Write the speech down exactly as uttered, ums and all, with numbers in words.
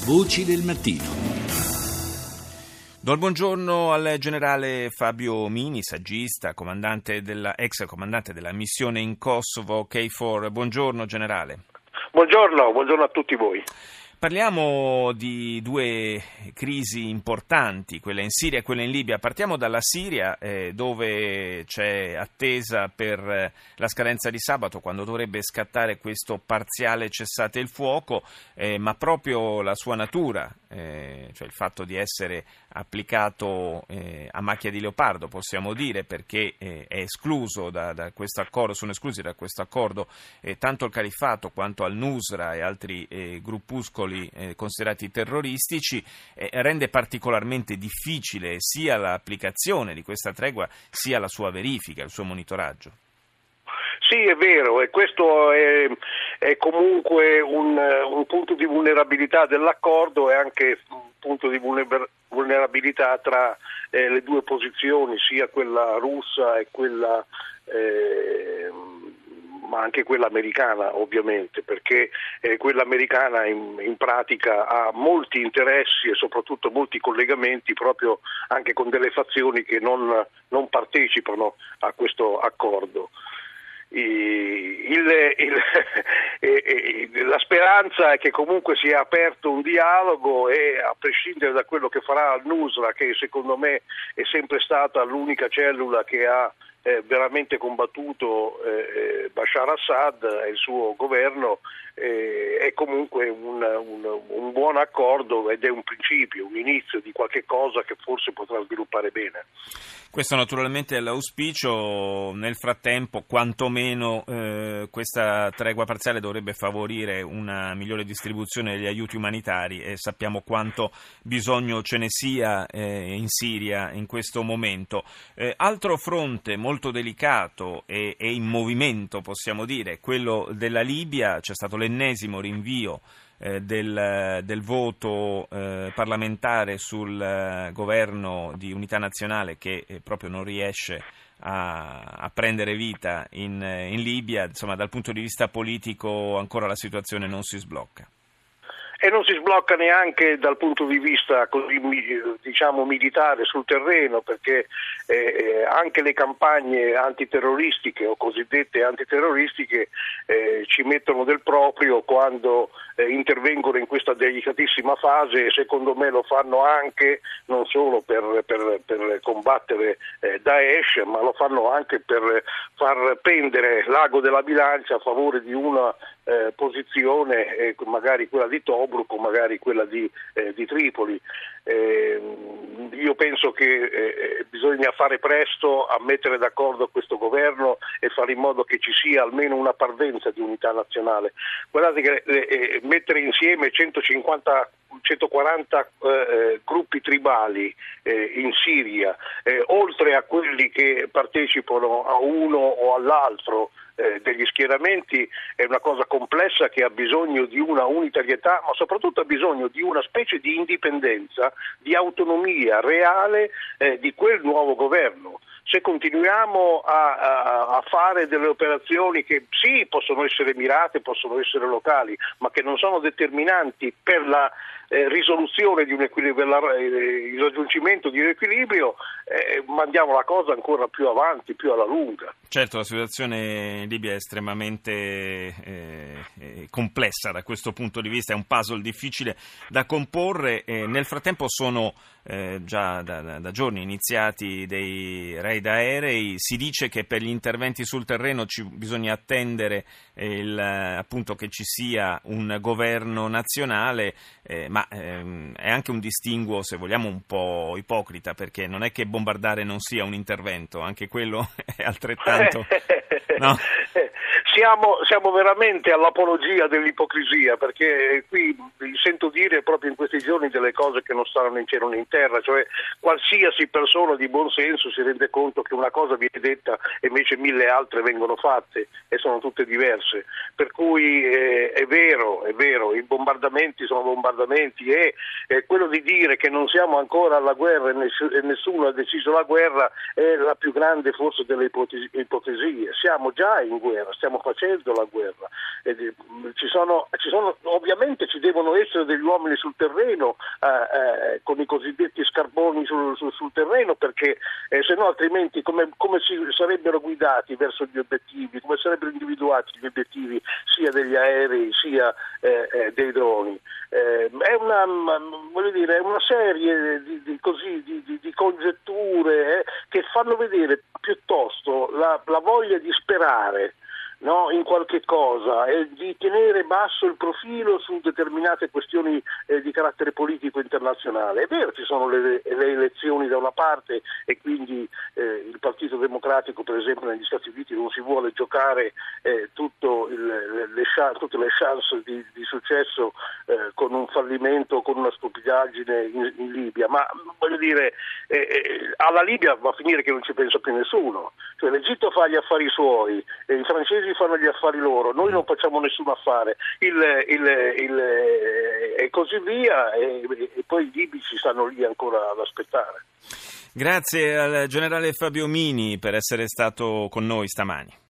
Voci del mattino. Do il buongiorno al generale Fabio Mini, saggista, comandante della, ex comandante della missione in Kosovo K four. Buongiorno generale. Buongiorno, buongiorno a tutti voi. Parliamo di due crisi importanti, quella in Siria e quella in Libia. Partiamo dalla Siria, eh, dove c'è attesa per la scadenza di sabato, quando dovrebbe scattare questo parziale cessate il fuoco, eh, ma proprio la sua natura, eh, cioè il fatto di essere applicato eh, a macchia di leopardo, possiamo dire, perché eh, è escluso da, da questo accordo, sono esclusi da questo accordo eh, tanto il Califfato quanto al-Nusra e altri eh, gruppuscoli Eh, considerati terroristici, eh, rende particolarmente difficile sia l'applicazione di questa tregua sia la sua verifica, il suo monitoraggio. Sì, è vero, e questo è, è comunque un, un punto di vulnerabilità dell'accordo e anche un punto di vulnerabilità tra eh, le due posizioni, sia quella russa e quella eh, ma anche quella americana, ovviamente, perché eh, quella americana in, in pratica ha molti interessi e soprattutto molti collegamenti proprio anche con delle fazioni che non, non partecipano a questo accordo. Il, il, il, la speranza è che comunque sia aperto un dialogo e, a prescindere da quello che farà al-Nusra, che secondo me è sempre stata l'unica cellula che ha eh, veramente combattuto eh, Bashar Assad e il suo governo, eh, è comunque un, un, un buon accordo ed è un principio, un inizio di qualche cosa che forse potrà sviluppare bene. Questo naturalmente è l'auspicio. Nel frattempo, quantomeno eh, questa tregua parziale dovrebbe favorire una migliore distribuzione degli aiuti umanitari e sappiamo quanto bisogno ce ne sia eh, in Siria in questo momento. Eh, altro fronte molto delicato e, e in movimento, possiamo dire, quello della Libia. C'è stato l'ennesimo rinvio Eh, del, del voto eh, parlamentare sul eh, governo di unità nazionale che eh, proprio non riesce a, a prendere vita in, in Libia. Insomma, dal punto di vista politico ancora la situazione non si sblocca. E non si sblocca neanche dal punto di vista così, diciamo, militare sul terreno, perché eh, anche le campagne antiterroristiche o cosiddette antiterroristiche eh, ci mettono del proprio quando eh, intervengono in questa delicatissima fase, e secondo me lo fanno anche non solo per, per, per combattere eh, Daesh, ma lo fanno anche per far pendere l'ago della bilancia a favore di una eh, posizione, eh, magari quella di Tobruk o magari quella di, eh, di Tripoli. Eh, io penso che eh, bisogna fare presto a mettere d'accordo questo governo e fare in modo che ci sia almeno una parvenza di unità nazionale. Guardate che eh, mettere insieme centocinquanta centoquaranta eh, gruppi tribali eh, in Siria, eh, oltre a quelli che partecipano a uno o all'altro eh, degli schieramenti, è una cosa complessa che ha bisogno di una unitarietà, ma soprattutto ha bisogno di una specie di indipendenza, di autonomia reale eh, di quel nuovo governo. Se continuiamo a, a, a fare delle operazioni che sì, possono essere mirate, possono essere locali, ma che non sono determinanti per la eh, risoluzione di un equilibrio, la, eh, il raggiungimento di un equilibrio, eh, mandiamo la cosa ancora più avanti, più alla lunga. Certo, la situazione in Libia è estremamente eh, complessa da questo punto di vista, è un puzzle difficile da comporre. Eh, nel frattempo sono eh, già da, da, da giorni iniziati dei raid aerei. Si dice che per gli interventi sul terreno ci bisogna attendere eh, il, appunto che ci sia un governo nazionale, eh, ma ehm, è anche un distinguo, se vogliamo, un po' ipocrita, perché non è che bombardare non sia un intervento, anche quello è altrettanto. No? Siamo, siamo veramente all'apologia dell'ipocrisia, perché qui sento dire proprio in questi giorni delle cose che non stanno né in cielo né in terra, cioè qualsiasi persona di buon senso si rende conto che una cosa viene detta e invece mille altre vengono fatte e sono tutte diverse, per cui eh, è vero, è vero, i bombardamenti sono bombardamenti e eh, quello di dire che non siamo ancora alla guerra e, ness- e nessuno ha deciso la guerra è la più grande forse delle ipotesi- ipocrisie. Siamo già in guerra, stiamo facendo facendo la guerra. E, ci sono, ci sono, ovviamente ci devono essere degli uomini sul terreno, eh, eh, con i cosiddetti scarboni sul, sul, sul terreno, perché eh, se no altrimenti come, come si sarebbero guidati verso gli obiettivi, come sarebbero individuati gli obiettivi sia degli aerei sia eh, eh, dei droni. Eh, è una, voglio dire, è una serie di, di, così, di, di, di congetture eh, che fanno vedere piuttosto la, la voglia di sperare, no, in qualche cosa, e di tenere basso il profilo su determinate questioni eh, di carattere politico internazionale. È vero, ci sono le, le elezioni da una parte e quindi eh, il Partito Democratico, per esempio negli Stati Uniti, non si vuole giocare eh, tutto il, le, le, tutte le chance di, di successo eh, con un fallimento, con una stupidaggine in, in Libia, ma voglio dire, eh, eh, alla Libia va a finire che non ci pensa più nessuno, cioè l'Egitto fa gli affari suoi e i francesi fanno gli affari loro, noi non facciamo nessun affare, il, il, il, e così via, e, e poi i libici stanno lì ancora ad aspettare. Grazie al generale Fabio Mini per essere stato con noi stamani.